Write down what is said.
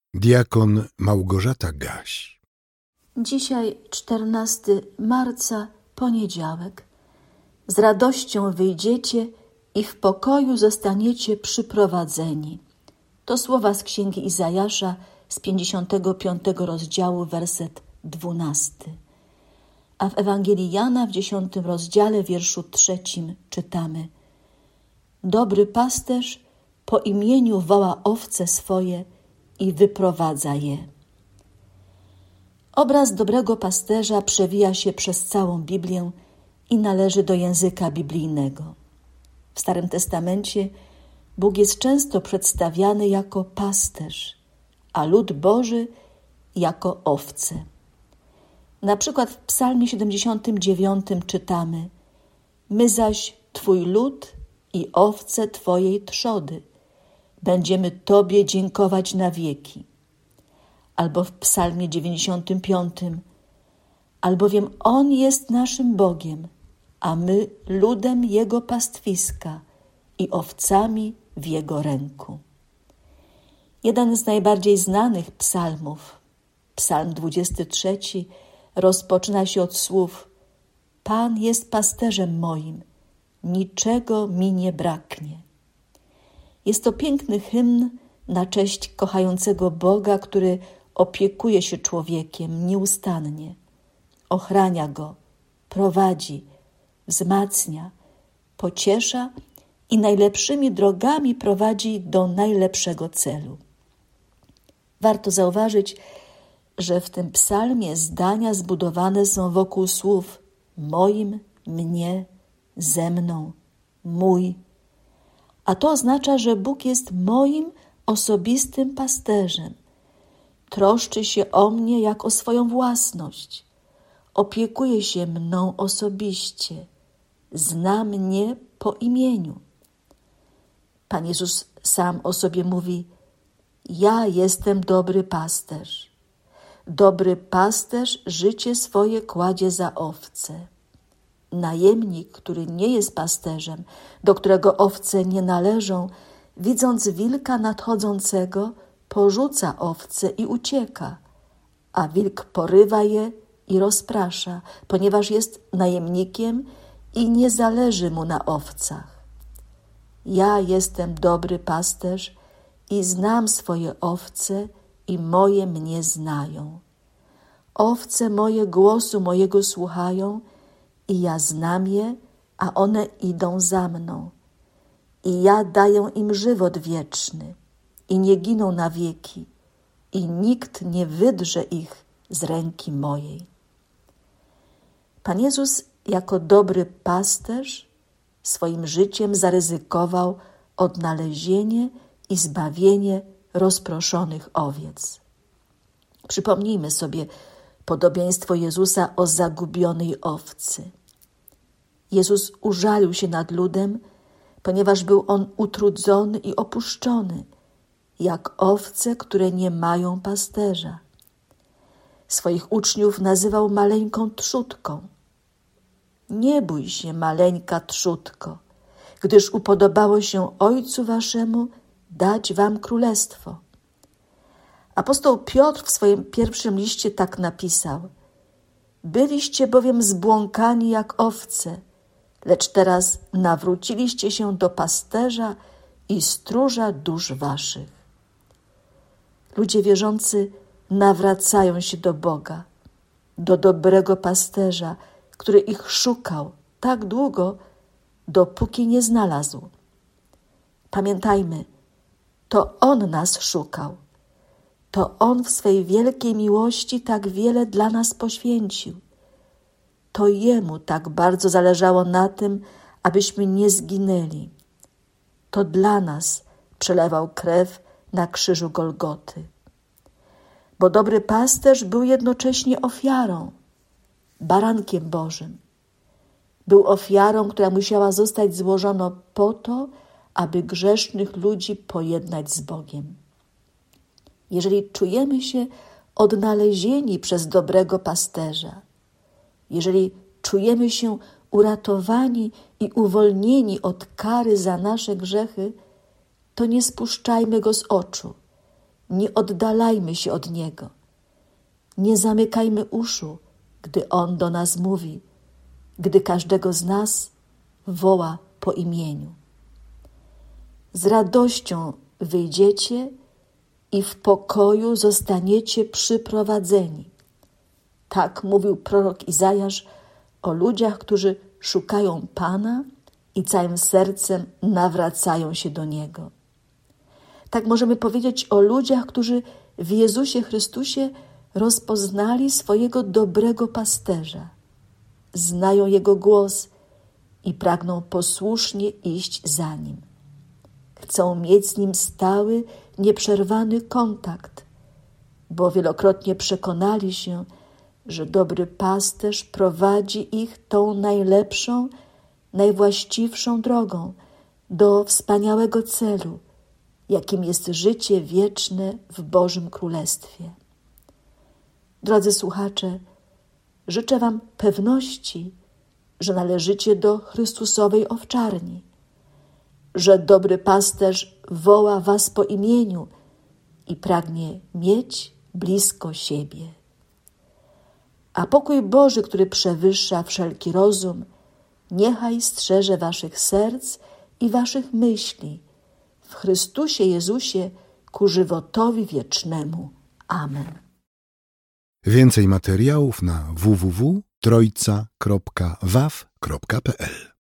Diakon Małgorzata Gaś. Dzisiaj 14 marca, poniedziałek. Z radością wyjdziecie i w pokoju zostaniecie przyprowadzeni. To słowa z księgi Izajasza z 55 rozdziału, werset 12. A w Ewangelii Jana w 10 rozdziale, wierszu 3 czytamy: Dobry pasterz po imieniu woła owce swoje i wyprowadza je. Obraz dobrego pasterza przewija się przez całą Biblię i należy do języka biblijnego. W Starym Testamencie Bóg jest często przedstawiany jako pasterz, a lud Boży jako owce. Na przykład w Psalmie 79 czytamy: My zaś Twój lud i owce Twojej trzody. Będziemy Tobie dziękować na wieki. Albo w Psalmie 95: Albowiem On jest naszym Bogiem, a my ludem Jego pastwiska i owcami w Jego ręku. Jeden z najbardziej znanych psalmów, Psalm 23, rozpoczyna się od słów: Pan jest pasterzem moim, niczego mi nie braknie. Jest to piękny hymn na cześć kochającego Boga, który opiekuje się człowiekiem nieustannie, ochrania go, prowadzi, wzmacnia, pociesza i najlepszymi drogami prowadzi do najlepszego celu. Warto zauważyć, że w tym psalmie zdania zbudowane są wokół słów moim, mnie, ze mną, mój. A to oznacza, że Bóg jest moim osobistym pasterzem. Troszczy się o mnie jak o swoją własność. Opiekuje się mną osobiście. Zna mnie po imieniu. Pan Jezus sam o sobie mówi: Ja jestem dobry pasterz. Dobry pasterz życie swoje kładzie za owce. Najemnik, który nie jest pasterzem, do którego owce nie należą, widząc wilka nadchodzącego, porzuca owce i ucieka, a wilk porywa je i rozprasza, ponieważ jest najemnikiem i nie zależy mu na owcach. Ja jestem dobry pasterz i znam swoje owce i moje mnie znają. Owce moje głosu mojego słuchają i ja znam je, a one idą za mną. I ja daję im żywot wieczny i nie giną na wieki i nikt nie wydrze ich z ręki mojej. Pan Jezus jako dobry pasterz swoim życiem zaryzykował odnalezienie i zbawienie rozproszonych owiec. Przypomnijmy sobie podobieństwo Jezusa o zagubionej owcy. Jezus użalił się nad ludem, ponieważ był on utrudzony i opuszczony, jak owce, które nie mają pasterza. Swoich uczniów nazywał maleńką trzódką. Nie bój się, maleńka trzódko, gdyż upodobało się Ojcu waszemu dać wam królestwo. Apostoł Piotr w swoim pierwszym liście tak napisał: Byliście bowiem zbłąkani jak owce, lecz teraz nawróciliście się do pasterza i stróża dusz waszych. Ludzie wierzący nawracają się do Boga, do dobrego pasterza, który ich szukał tak długo, dopóki nie znalazł. Pamiętajmy, to On nas szukał. To On w swej wielkiej miłości tak wiele dla nas poświęcił. To Jemu tak bardzo zależało na tym, abyśmy nie zginęli. To dla nas przelewał krew na krzyżu Golgoty. Bo dobry pasterz był jednocześnie ofiarą, barankiem Bożym. Był ofiarą, która musiała zostać złożona po to, aby grzesznych ludzi pojednać z Bogiem. Jeżeli czujemy się odnalezieni przez dobrego pasterza, jeżeli czujemy się uratowani i uwolnieni od kary za nasze grzechy, to nie spuszczajmy Go z oczu Nie oddalajmy się od Niego. Nie zamykajmy uszu, gdy On do nas mówi, gdy każdego z nas woła po imieniu. Z radością wyjdziecie i w pokoju zostaniecie przyprowadzeni. Tak mówił prorok Izajasz o ludziach, którzy szukają Pana i całym sercem nawracają się do Niego. Tak możemy powiedzieć o ludziach, którzy w Jezusie Chrystusie rozpoznali swojego dobrego pasterza, znają Jego głos i pragną posłusznie iść za Nim. Chcą mieć z Nim stały, nieprzerwany kontakt, bo wielokrotnie przekonali się, że dobry pasterz prowadzi ich tą najlepszą, najwłaściwszą drogą do wspaniałego celu, jakim jest życie wieczne w Bożym Królestwie. Drodzy słuchacze, życzę Wam pewności, że należycie do Chrystusowej owczarni, że dobry pasterz woła Was po imieniu i pragnie mieć blisko siebie. A pokój Boży, który przewyższa wszelki rozum, niechaj strzeże Waszych serc i Waszych myśli w Chrystusie Jezusie ku żywotowi wiecznemu. Amen. Więcej materiałów na www.trojca.waw.pl